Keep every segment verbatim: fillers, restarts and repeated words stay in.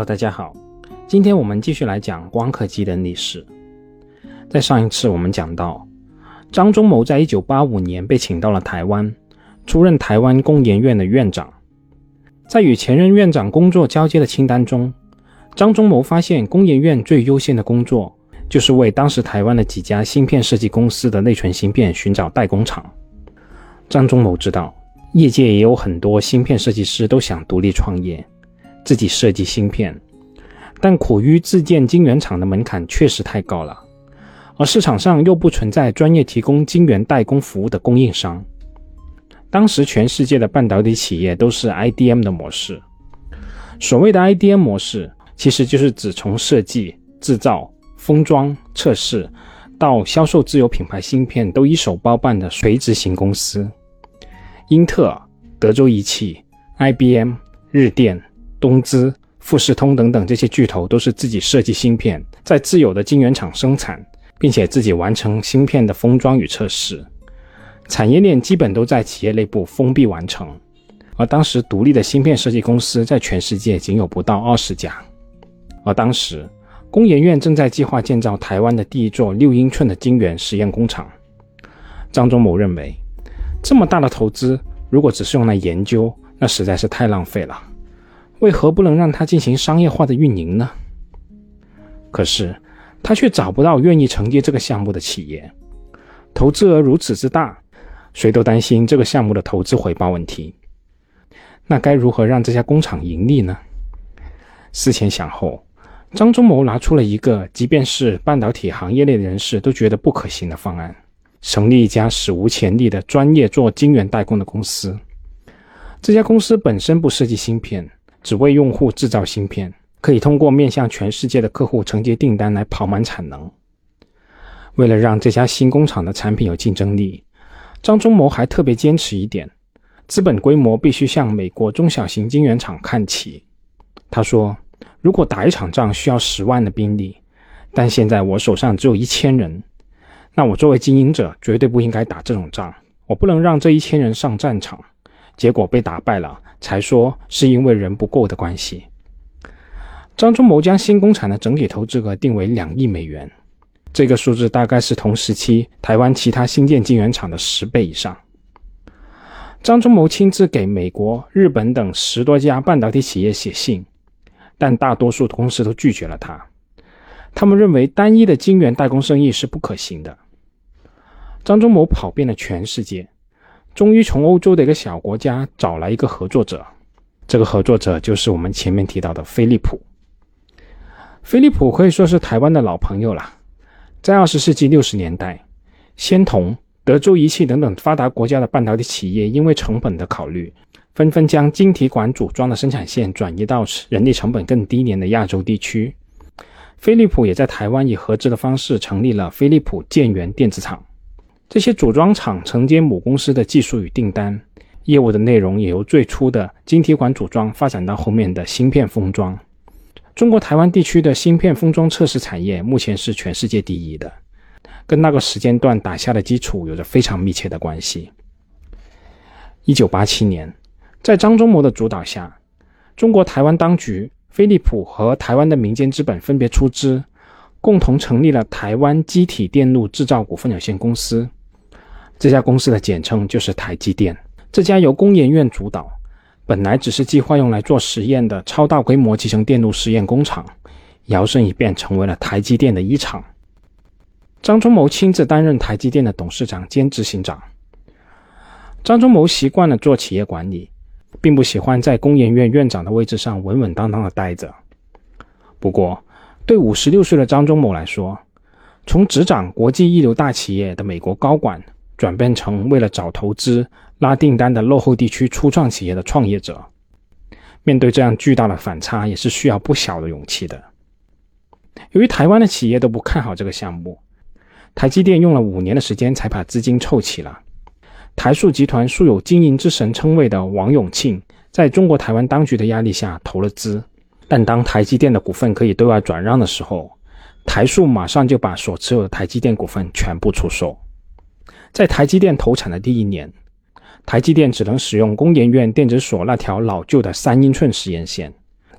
大家好，今天我们继续来讲光刻机的历史。在上一次我们讲到，张忠谋在一九八五年被请到了台湾，出任台湾工研院的院长。在与前任院长工作交接的清单中，张忠谋发现工研院最优先的工作就是为当时台湾的几家芯片设计公司的内存芯片寻找代工厂。张忠谋知道，业界也有很多芯片设计师都想独立创业，自己设计芯片，但苦于自建晶圆厂的门槛确实太高了，而市场上又不存在专业提供晶圆代工服务的供应商。当时全世界的半导体企业都是 I D M 的模式。所谓的 I D M 模式，其实就是指从设计、制造、封装、测试到销售自有品牌芯片都一手包办的垂直型公司。英特尔、德州仪器、I B M、日电、东芝、富士通等等这些巨头都是自己设计芯片，在自有的晶圆厂生产，并且自己完成芯片的封装与测试。产业链基本都在企业内部封闭完成，而当时独立的芯片设计公司在全世界仅有不到二十家。而当时工研院正在计划建造台湾的第一座六英寸的晶圆实验工厂。张忠谋认为，这么大的投资如果只是用来研究，那实在是太浪费了，为何不能让它进行商业化的运营呢？可是他却找不到愿意承接这个项目的企业，投资额如此之大，谁都担心这个项目的投资回报问题。那该如何让这家工厂盈利呢？思前想后，张忠谋拿出了一个即便是半导体行业内的人士都觉得不可行的方案，成立一家史无前例的专业做晶圆代工的公司。这家公司本身不设计芯片，只为用户制造芯片，可以通过面向全世界的客户承接订单来跑满产能。为了让这家新工厂的产品有竞争力，张忠谋还特别坚持一点，资本规模必须向美国中小型晶圆厂看齐。他说，如果打一场仗需要十万的兵力，但现在我手上只有一千人，那我作为经营者绝对不应该打这种仗，我不能让这一千人上战场，结果被打败了，才说是因为人不够的关系。张忠谋将新工厂的整体投资额定为两亿美元，这个数字大概是同时期台湾其他新建晶圆厂的十倍以上。张忠谋亲自给美国、日本等十多家半导体企业写信，但大多数公司都拒绝了他。他们认为单一的晶圆代工生意是不可行的。张忠谋跑遍了全世界，终于从欧洲的一个小国家找来一个合作者，这个合作者就是我们前面提到的飞利浦。飞利浦可以说是台湾的老朋友了。在二十世纪六十年代，仙童、德州仪器等等发达国家的半导体企业因为成本的考虑，纷纷将晶体管组装的生产线转移到人力成本更低廉的亚洲地区。飞利浦也在台湾以合资的方式成立了飞利浦建元电子厂。这些组装厂承接母公司的技术与订单，业务的内容也由最初的晶体管组装发展到后面的芯片封装。中国台湾地区的芯片封装测试产业目前是全世界第一的，跟那个时间段打下的基础有着非常密切的关系。一九八七年，在张忠谋的主导下，中国台湾当局、飞利浦和台湾的民间资本分别出资，共同成立了台湾机体电路制造股份有限公司。这家公司的简称就是台积电。这家由工研院主导，本来只是计划用来做实验的超大规模集成电路实验工厂，摇身一变成为了台积电的一厂。张忠谋亲自担任台积电的董事长兼执行长。张忠谋习惯了做企业管理，并不喜欢在工研院院长的位置上稳稳当当的待着。不过对五十六岁的张忠谋来说，从执掌国际一流大企业的美国高管，转变成为了找投资、拉订单的落后地区初创企业的创业者，面对这样巨大的反差，也是需要不小的勇气的。由于台湾的企业都不看好这个项目，台积电用了五年的时间才把资金凑齐了。台塑集团素有经营之神称谓的王永庆，在中国台湾当局的压力下投了资，但当台积电的股份可以对外转让的时候，台塑马上就把所持有的台积电股份全部出售。在台积电投产的第一年，台积电只能使用工研院电子所那条老旧的三英寸实验线，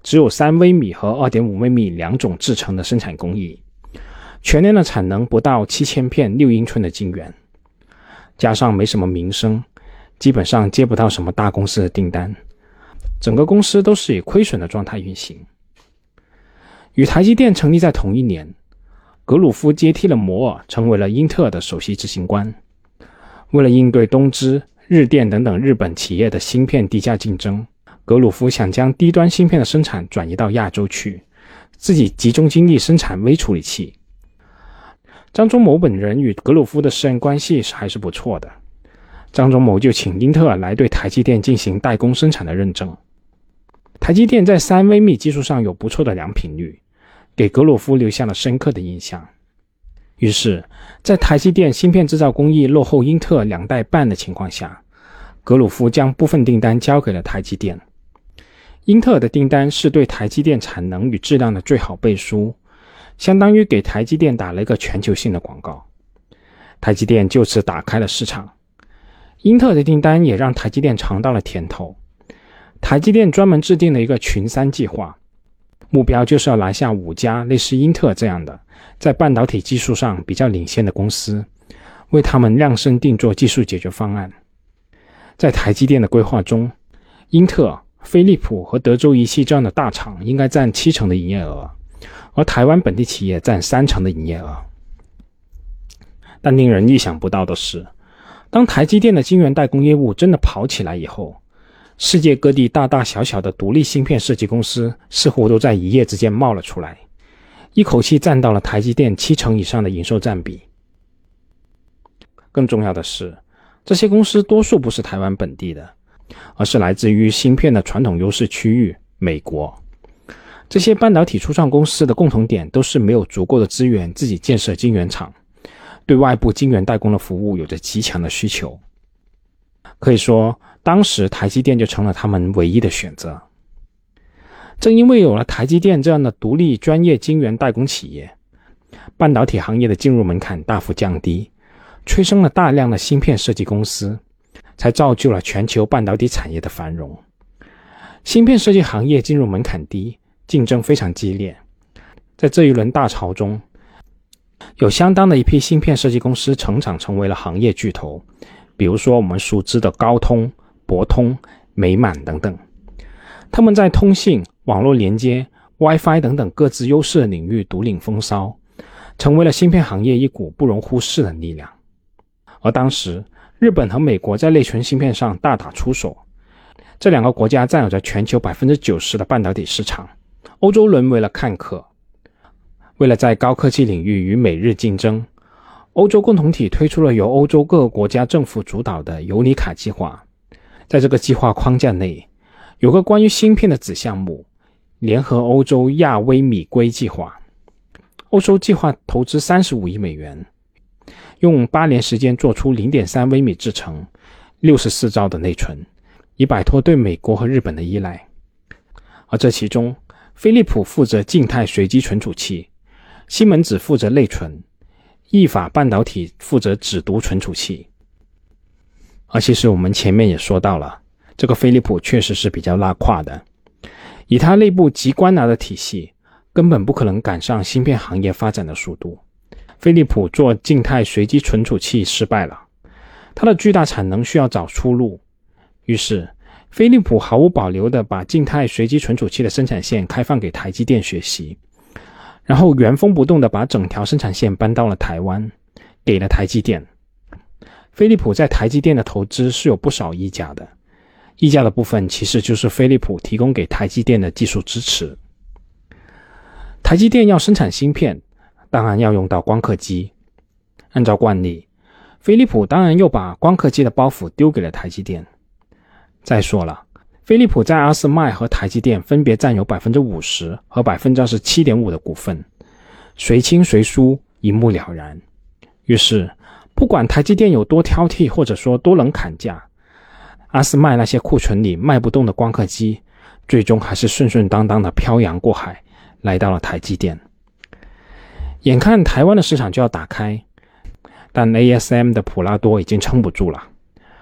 只有三微米和 二点五微米两种制成的生产工艺，全年的产能不到七千片六英寸的晶圆，加上没什么名声，基本上接不到什么大公司的订单，整个公司都是以亏损的状态运行。与台积电成立在同一年，格鲁夫接替了摩尔，成为了英特尔的首席执行官。为了应对东芝、日电等等日本企业的芯片低价竞争，格鲁夫想将低端芯片的生产转移到亚洲去，自己集中精力生产微处理器。张忠谋本人与格鲁夫的私人关系还是不错的，张忠谋就请英特尔来对台积电进行代工生产的认证。台积电在三微米技术上有不错的良品率，给格鲁夫留下了深刻的印象。于是在台积电芯片制造工艺落后英特尔两代半的情况下，格鲁夫将部分订单交给了台积电。英特尔的订单是对台积电产能与质量的最好背书，相当于给台积电打了一个全球性的广告。台积电就此打开了市场，英特尔的订单也让台积电尝到了甜头。台积电专门制定了一个群三计划，目标就是要拿下五家类似英特尔这样的在半导体技术上比较领先的公司，为他们量身定做技术解决方案。在台积电的规划中，英特尔、飞利浦和德州仪器这样的大厂应该占七成的营业额，而台湾本地企业占三成的营业额。但令人意想不到的是，当台积电的晶圆代工业务真的跑起来以后，世界各地大大小小的独立芯片设计公司似乎都在一夜之间冒了出来，一口气占到了台积电七成以上的营收占比。更重要的是，这些公司多数不是台湾本地的，而是来自于芯片的传统优势区域美国。这些半导体初创公司的共同点都是没有足够的资源自己建设晶圆厂，对外部晶圆代工的服务有着极强的需求。可以说，当时台积电就成了他们唯一的选择。正因为有了台积电这样的独立专业晶圆代工企业，半导体行业的进入门槛大幅降低，催生了大量的芯片设计公司，才造就了全球半导体产业的繁荣。芯片设计行业进入门槛低，竞争非常激烈。在这一轮大潮中，有相当的一批芯片设计公司成长成为了行业巨头，比如说我们熟知的高通、博通、美满等等。他们在通信、网络连接、Wi-Fi 等等各自优势的领域独领风骚，成为了芯片行业一股不容忽视的力量。而当时，日本和美国在内存芯片上大打出手，这两个国家占有着全球 百分之九十 的半导体市场，欧洲沦为了看客。为了在高科技领域与美日竞争，欧洲共同体推出了由欧洲各个国家政府主导的尤里卡计划。在这个计划框架内，有个关于芯片的子项目，联合欧洲亚微米硅计划。欧洲计划投资三十五亿美元，用八年时间做出 零点三微米制程，六十四兆的内存，以摆脱对美国和日本的依赖。而这其中，飞利浦负责静态随机存储器，西门子负责内存，意法半导体负责只读存储器。而其实我们前面也说到了，这个飞利浦确实是比较拉胯的，以它内部极关拿的体系，根本不可能赶上芯片行业发展的速度。飞利浦做静态随机存储器失败了，它的巨大产能需要找出路，于是飞利浦毫无保留地把静态随机存储器的生产线开放给台积电学习，然后原封不动地把整条生产线搬到了台湾，给了台积电。飞利浦在台积电的投资是有不少溢价的，溢价的部分其实就是飞利浦提供给台积电的技术支持。台积电要生产芯片，当然要用到光刻机。按照惯例，飞利浦当然又把光刻机的包袱丢给了台积电。再说了，飞利浦在阿斯麦和台积电分别占有 百分之五十 和 百分之二十七点五 的股份，谁轻谁输一目了然。于是不管台积电有多挑剔，或者说多能砍价，阿斯麦那些库存里卖不动的光刻机，最终还是顺顺当当的漂洋过海来到了台积电。眼看台湾的市场就要打开，但 A S M 的普拉多已经撑不住了。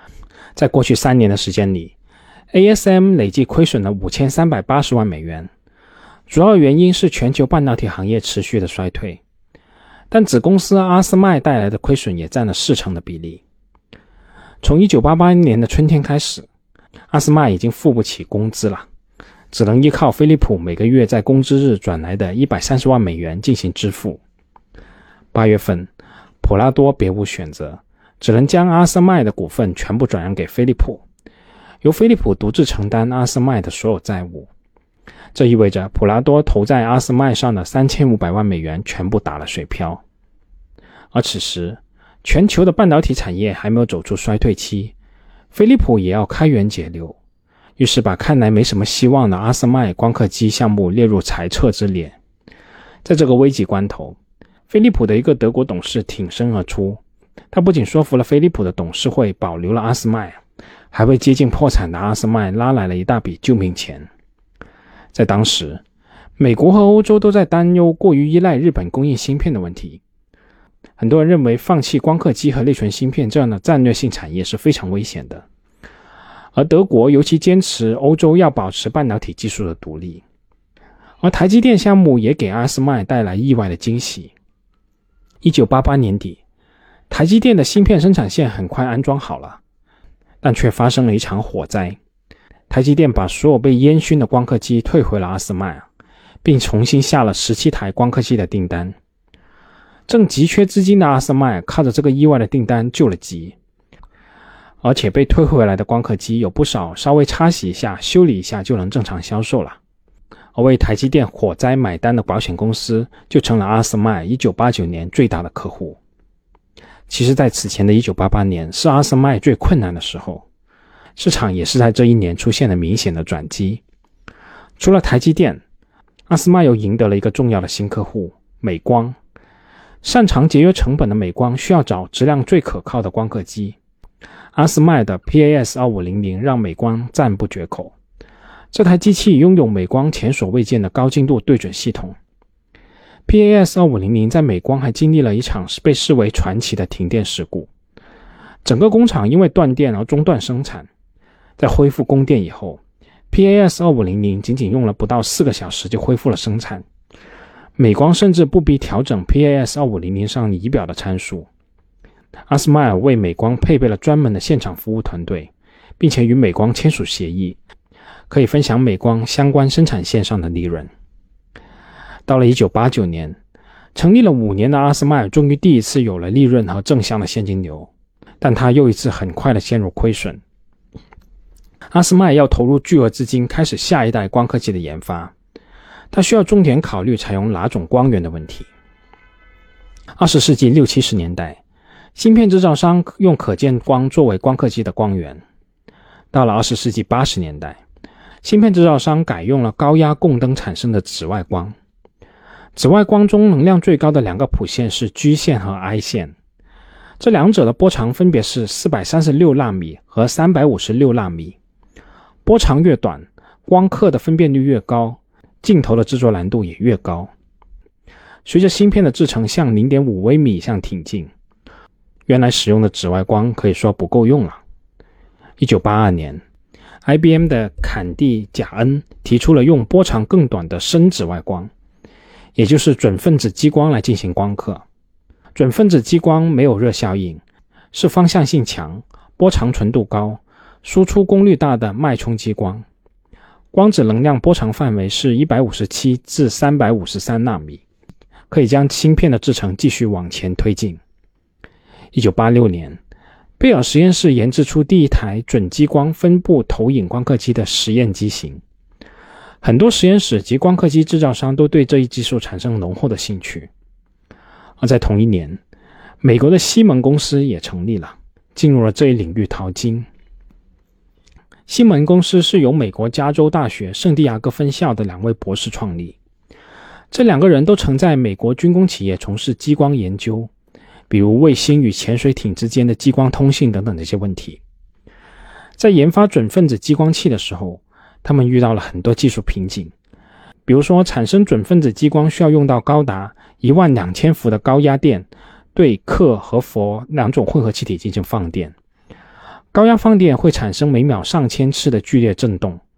在过去三年的时间里， A S M 累计亏损了五千三百八十万美元， 主要原因是全球半导体行业持续的衰退，但子公司阿斯麦带来的亏损也占了四成的比例。从一九八八年的春天开始，阿斯麦已经付不起工资了，只能依靠飞利浦每个月在工资日转来的一百三十万美元进行支付。八月份，普拉多别无选择，只能将阿斯麦的股份全部转让给飞利浦，由飞利浦独自承担阿斯麦的所有债务。这意味着普拉多投在阿斯麦上的三千五百万美元全部打了水漂。而此时，全球的半导体产业还没有走出衰退期，飞利浦也要开源节流，于是把看来没什么希望的阿斯麦光刻机项目列入裁撤之列。在这个危急关头，飞利浦的一个德国董事挺身而出，他不仅说服了飞利浦的董事会保留了阿斯麦，还为接近破产的阿斯麦拉来了一大笔救命钱。在当时，美国和欧洲都在担忧过于依赖日本供应芯片的问题。很多人认为放弃光刻机和内存芯片这样的战略性产业是非常危险的，而德国尤其坚持欧洲要保持半导体技术的独立。而台积电项目也给阿斯麦带来意外的惊喜。一九八八年底，台积电的芯片生产线很快安装好了，但却发生了一场火灾。台积电把所有被烟熏的光刻机退回了阿斯麦，并重新下了十七台光刻机的订单。正急缺资金的阿斯麦靠着这个意外的订单救了急，而且被退回来的光刻机有不少稍微擦洗一下修理一下就能正常销售了。而为台积电火灾买单的保险公司就成了阿斯麦一九八九年最大的客户。其实在此前的一九八八年是阿斯麦最困难的时候，市场也是在这一年出现了明显的转机。除了台积电，阿斯麦又赢得了一个重要的新客户美光。擅长节约成本的美光需要找质量最可靠的光刻机，阿斯麦的 P A S 二五零零 让美光赞不绝口。这台机器拥有美光前所未见的高精度对准系统。 P A S 二五零零 在美光还经历了一场被视为传奇的停电事故，整个工厂因为断电而中断生产。在恢复供电以后， P A S 二五零零 仅仅用了不到四个小时就恢复了生产。美光甚至不必调整 P A S 二五零零 上仪表的参数。阿斯麦尔为美光配备了专门的现场服务团队，并且与美光签署协议，可以分享美光相关生产线上的利润。到了一九八九年，成立了五年的阿斯麦尔终于第一次有了利润和正向的现金流，但他又一次很快的陷入亏损。阿斯麦要投入巨额资金开始下一代光刻机的研发，他需要重点考虑采用哪种光源的问题。二十世纪六七十年代，芯片制造商用可见光作为光刻机的光源。到了二十世纪八十年代，芯片制造商改用了高压供灯产生的紫外光。紫外光中能量最高的两个谱线是 G 线和 I 线，这两者的波长分别是四百三十六纳米和三百五十六纳米。波长越短，光刻的分辨率越高，镜头的制作难度也越高。随着芯片的制程向 零点五微米以上挺进，原来使用的紫外光可以说不够用了。一九八二年 I B M 的坎蒂贾恩提出了用波长更短的深紫外光，也就是准分子激光来进行光刻。准分子激光没有热效应，是方向性强、波长纯度高、输出功率大的脉冲激光。光子能量波长范围是一百五十七至三百五十三纳米，可以将芯片的制程继续往前推进。一九八六年，贝尔实验室研制出第一台准激光分布投影光刻机的实验机型。很多实验室及光刻机制造商都对这一技术产生浓厚的兴趣。而在同一年，美国的西门公司也成立了，进入了这一领域淘金。西门公司是由美国加州大学圣地亚哥分校的两位博士创立，这两个人都曾在美国军工企业从事激光研究，比如卫星与潜水艇之间的激光通信等等这些问题。在研发准分子激光器的时候，他们遇到了很多技术瓶颈，比如说产生准分子激光需要用到高达一万两千伏的高压电对氪和氟两种混合气体进行放电。高压放电会产生每秒上千次的剧烈振动，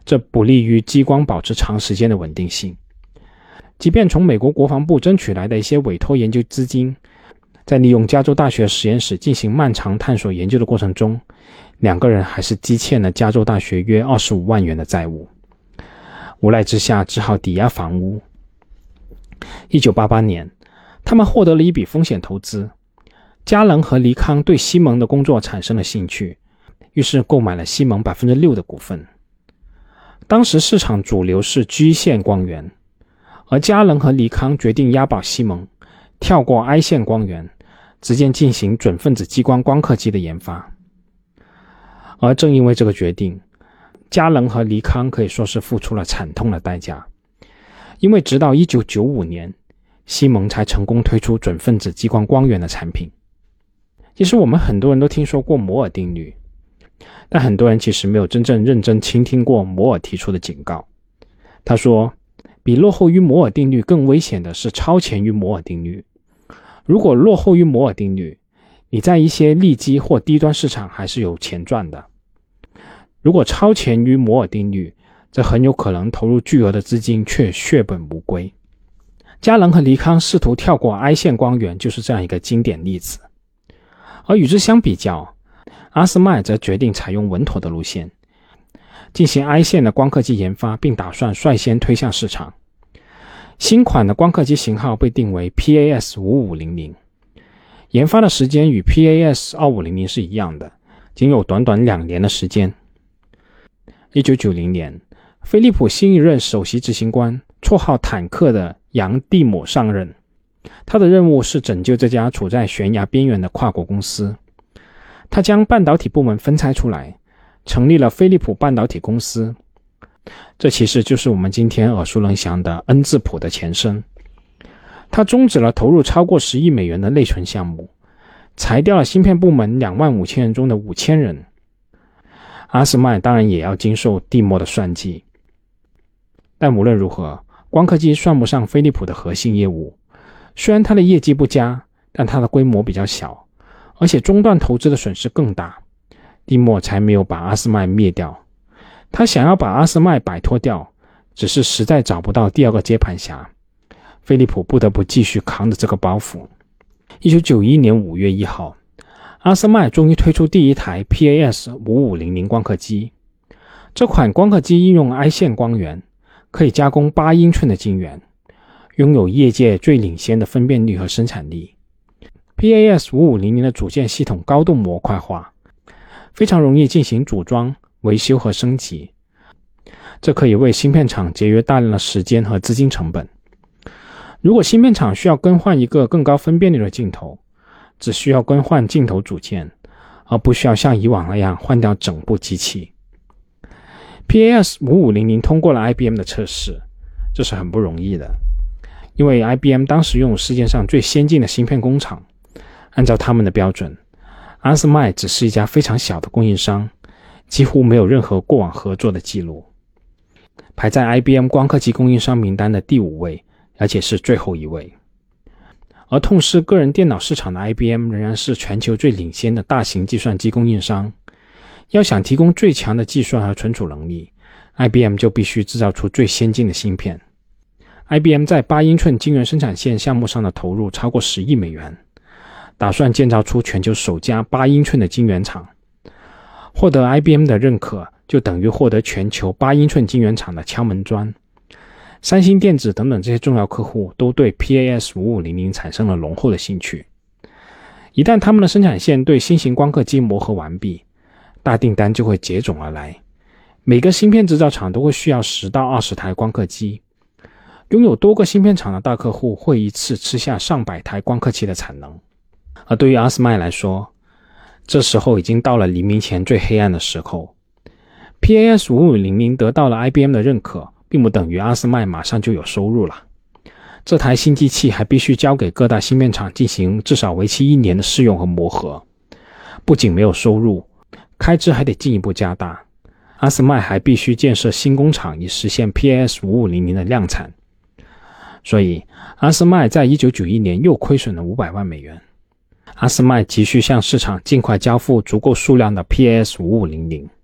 这不利于激光保持长时间的稳定性。即便从美国国防部争取来的一些委托研究资金，在利用加州大学实验室进行漫长探索研究的过程中，两个人还是积欠了加州大学约二十五万元的债务，无奈之下只好抵押房屋。一九八八年，他们获得了一笔风险投资，加能和黎康对西蒙的工作产生了兴趣，于是购买了西蒙 百分之六 的股份。当时市场主流是 G 线光源，而加能和黎康决定押宝西蒙，跳过 I 线光源，直接进行准分子激光光刻机的研发。而正因为这个决定，加能和黎康可以说是付出了惨痛的代价，因为直到一九九五年，西蒙才成功推出准分子激光光源的产品。其实我们很多人都听说过摩尔定律，但很多人其实没有真正认真倾听过摩尔提出的警告。他说，比落后于摩尔定律更危险的是超前于摩尔定律。如果落后于摩尔定律，你在一些利基或低端市场还是有钱赚的。如果超前于摩尔定律，则很有可能投入巨额的资金却血本无归。加能和黎康试图跳过 I 线光源就是这样一个经典例子。而与之相比较，阿斯麦则决定采用稳妥的路线，进行 I 线的光刻机研发，并打算率先推向市场。新款的光刻机型号被定为 P A S 五五零零， 研发的时间与 P A S 二五零零是一样的，仅有短短两年的时间。一九九零年，飞利浦新一任首席执行官，绰号坦克的杨蒂姆上任，他的任务是拯救这家处在悬崖边缘的跨国公司。他将半导体部门分拆出来，成立了飞利浦半导体公司，这其实就是我们今天耳熟能详的恩智浦的前身。他终止了投入超过十亿美元的内存项目，裁掉了芯片部门两万五千人中的五千人。阿斯麦当然也要经受蒂莫的算计，但无论如何，光刻机算不上飞利浦的核心业务。虽然它的业绩不佳，但它的规模比较小，而且中断投资的损失更大，蒂莫才没有把阿斯麦灭掉。他想要把阿斯麦摆脱掉，只是实在找不到第二个接盘侠，飞利浦不得不继续扛着这个包袱。一九九一年五月一号，阿斯麦终于推出第一台 P A S 五五零零 光刻机。这款光刻机应用 I 线光源，可以加工八英寸的晶圆，拥有业界最领先的分辨率和生产力。P A S 五五零零 的组件系统高度模块化，非常容易进行组装、维修和升级，这可以为芯片厂节约大量的时间和资金成本。如果芯片厂需要更换一个更高分辨率的镜头，只需要更换镜头组件，而不需要像以往那样换掉整部机器。P A S 五五零零 通过了 I B M 的测试，这是很不容易的，因为 I B M 当时拥有世界上最先进的芯片工厂，按照他们的标准，阿斯麦只是一家非常小的供应商，几乎没有任何过往合作的记录，排在 I B M 光刻机供应商名单的第五位，而且是最后一位。而痛失个人电脑市场的 I B M 仍然是全球最领先的大型计算机供应商。要想提供最强的计算和存储能力， I B M 就必须制造出最先进的芯片。I B M 在八英寸晶圆生产线项目上的投入超过十亿美元，打算建造出全球首家八英寸的晶圆厂。获得 I B M 的认可，就等于获得全球八英寸晶圆厂的敲门砖。三星电子等等这些重要客户都对 P A S 五五零零 产生了浓厚的兴趣。一旦他们的生产线对新型光刻机磨合完毕，大订单就会接踵而来。每个芯片制造厂都会需要十到二十台光刻机。拥有多个芯片厂的大客户会一次吃下上百台光刻器的产能。而对于阿斯麦来说，这时候已经到了黎明前最黑暗的时候。P A S 五五零零 得到了 I B M 的认可，并不等于阿斯麦马上就有收入了。这台新机器还必须交给各大芯片厂进行至少为期一年的试用和磨合。不仅没有收入，开支还得进一步加大。阿斯麦还必须建设新工厂以实现 P A S 五五零零 的量产。所以阿斯麦在一九九一年又亏损了五百万美元。阿斯麦急需向市场尽快交付足够数量的 P A S 五五零零，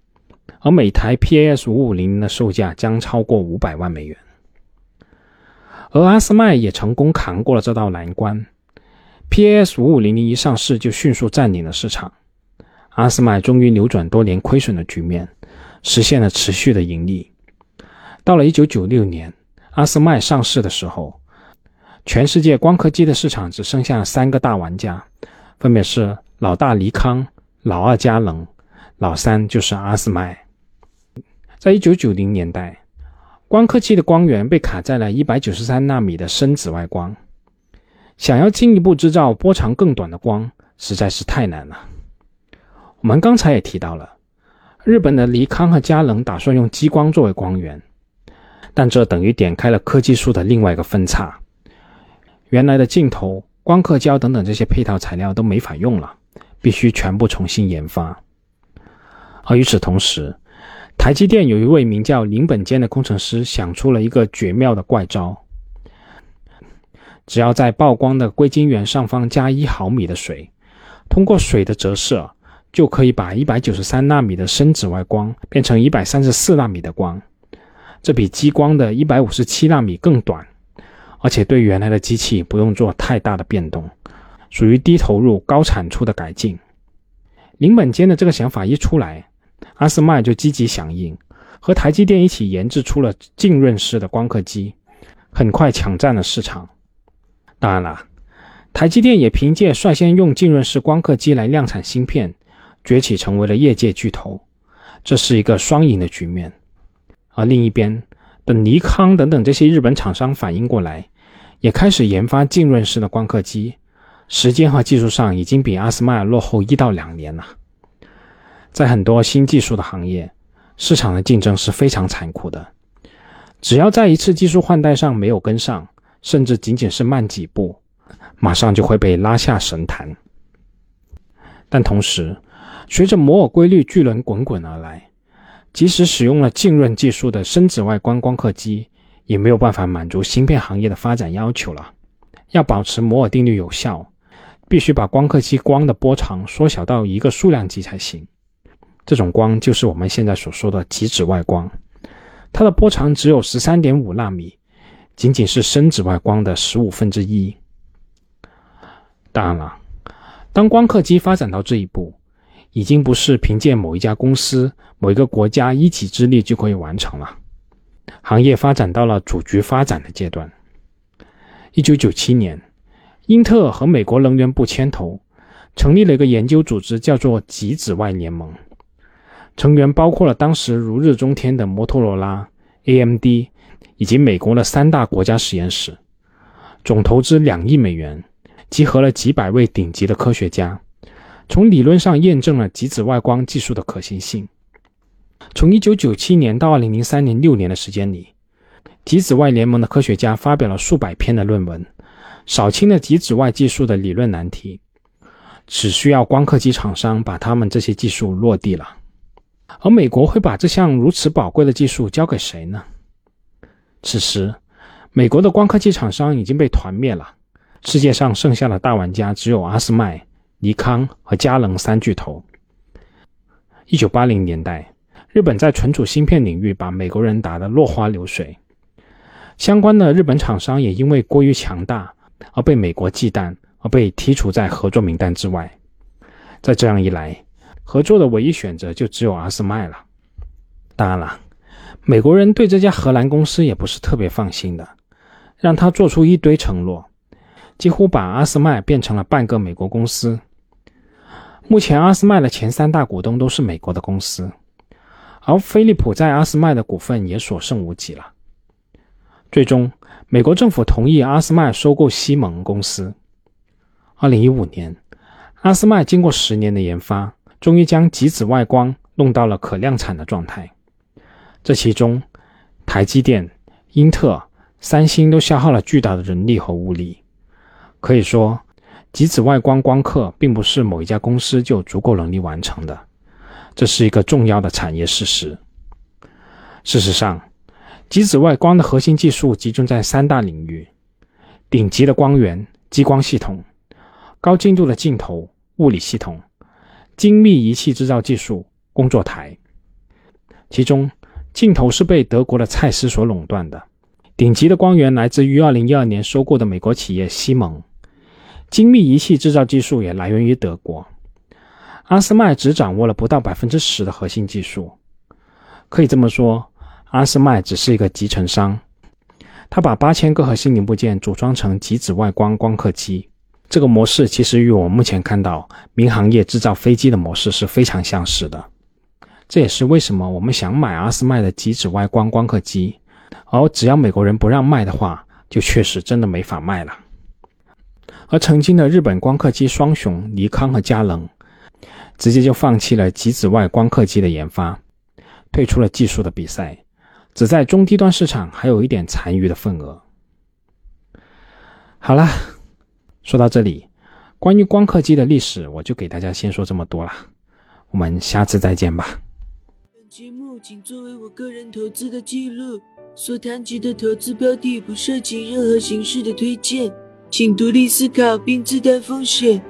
而每台 P A S 五五零 的售价将超过五百万美元。而阿斯麦也成功扛过了这道难关， P A S 五五零零 一上市就迅速占领了市场，阿斯麦终于扭转多年亏损的局面，实现了持续的盈利。到了一九九六年，阿斯麦上市的时候，全世界光刻机的市场只剩下三个大玩家，分别是老大尼康、老二佳能，老三就是阿斯麦。在一九九零年代，光刻机的光源被卡在了一百九十三纳米的深紫外光，想要进一步制造波长更短的光实在是太难了。我们刚才也提到了，日本的尼康和佳能打算用激光作为光源，但这等于点开了科技树的另外一个分叉，原来的镜头、光刻胶等等这些配套材料都没法用了，必须全部重新研发。而与此同时，台积电有一位名叫林本坚的工程师想出了一个绝妙的怪招，只要在曝光的硅晶圆上方加一毫米的水，通过水的折射，就可以把一百九十三纳米的深紫外光变成一百三十四纳米的光，这比激光的一百五十七纳米更短，而且对原来的机器不用做太大的变动，属于低投入高产出的改进。林本坚的这个想法一出来，阿斯麦就积极响应，和台积电一起研制出了浸润式的光刻机，很快抢占了市场。当然了，台积电也凭借率先用浸润式光刻机来量产芯片，崛起成为了业界巨头，这是一个双赢的局面。而另一边，等尼康等等这些日本厂商反应过来，也开始研发浸润式的光刻机，时间和技术上已经比阿斯麦落后一到两年了。在很多新技术的行业，市场的竞争是非常残酷的，只要在一次技术换代上没有跟上，甚至仅仅是慢几步，马上就会被拉下神坛。但同时，随着摩尔规律巨轮滚滚而来，即使使用了浸润技术的深紫外光光刻机，也没有办法满足芯片行业的发展要求了。要保持摩尔定律有效，必须把光刻机光的波长缩小到一个数量级才行。这种光就是我们现在所说的极紫外光，它的波长只有 十三点五纳米，仅仅是深紫外光的十五分之一。当然了，当光刻机发展到这一步，已经不是凭借某一家公司、某一个国家一己之力就可以完成了。行业发展到了组局发展的阶段。一九九七年，英特尔和美国能源部牵头，成立了一个研究组织，叫做极紫外联盟。成员包括了当时如日中天的摩托罗拉、A M D 以及美国的三大国家实验室，总投资两亿美元，集合了几百位顶级的科学家，从理论上验证了极紫外光技术的可行性。从一九九七年到二零零三年六年的时间里，极紫外联盟的科学家发表了数百篇的论文，扫清了极紫外技术的理论难题，只需要光刻机厂商把他们这些技术落地了。而美国会把这项如此宝贵的技术交给谁呢？此时，美国的光刻机厂商已经被团灭了，世界上剩下的大玩家只有阿斯麦、尼康和佳能三巨头。一九八零年代，日本在存储芯片领域把美国人打得落花流水，相关的日本厂商也因为过于强大而被美国忌惮，而被剔除在合作名单之外。再这样一来，合作的唯一选择就只有阿斯麦了。当然了，美国人对这家荷兰公司也不是特别放心的，让他做出一堆承诺，几乎把阿斯麦变成了半个美国公司。目前阿斯麦的前三大股东都是美国的公司，而飞利浦在阿斯麦的股份也所剩无几了。最终，美国政府同意阿斯麦收购西蒙公司。二零一五年，阿斯麦经过十年的研发，终于将极紫外光弄到了可量产的状态。这其中，台积电、英特尔、三星都消耗了巨大的人力和物力。可以说，极紫外光光刻并不是某一家公司就有足够能力完成的，这是一个重要的产业事实。事实上，极紫外光的核心技术集中在三大领域：顶级的光源、激光系统、高精度的镜头、物理系统、精密仪器制造技术、工作台。 其中镜头是被德国的蔡司所垄断的，顶级的光源来自于二零一二年收购的美国企业西蒙，精密仪器制造技术也来源于德国。阿斯麦只掌握了不到 百分之十 的核心技术，可以这么说，阿斯麦只是一个集成商，他把八千个核心零部件组装成极紫外光光刻机。这个模式其实与我目前看到民航业制造飞机的模式是非常相似的。这也是为什么我们想买阿斯麦的极紫外光光刻机，而只要美国人不让卖的话，就确实真的没法卖了。而曾经的日本光刻机双雄尼康和佳能，直接就放弃了极紫外光刻机的研发，退出了技术的比赛，只在中低端市场还有一点残余的份额。好了，说到这里，关于光刻机的历史我就给大家先说这么多了，我们下次再见吧。 本节目仅作为我个人投资的记录，所谈及的投资标的不涉及任何形式的推荐，请独立思考并自担风险。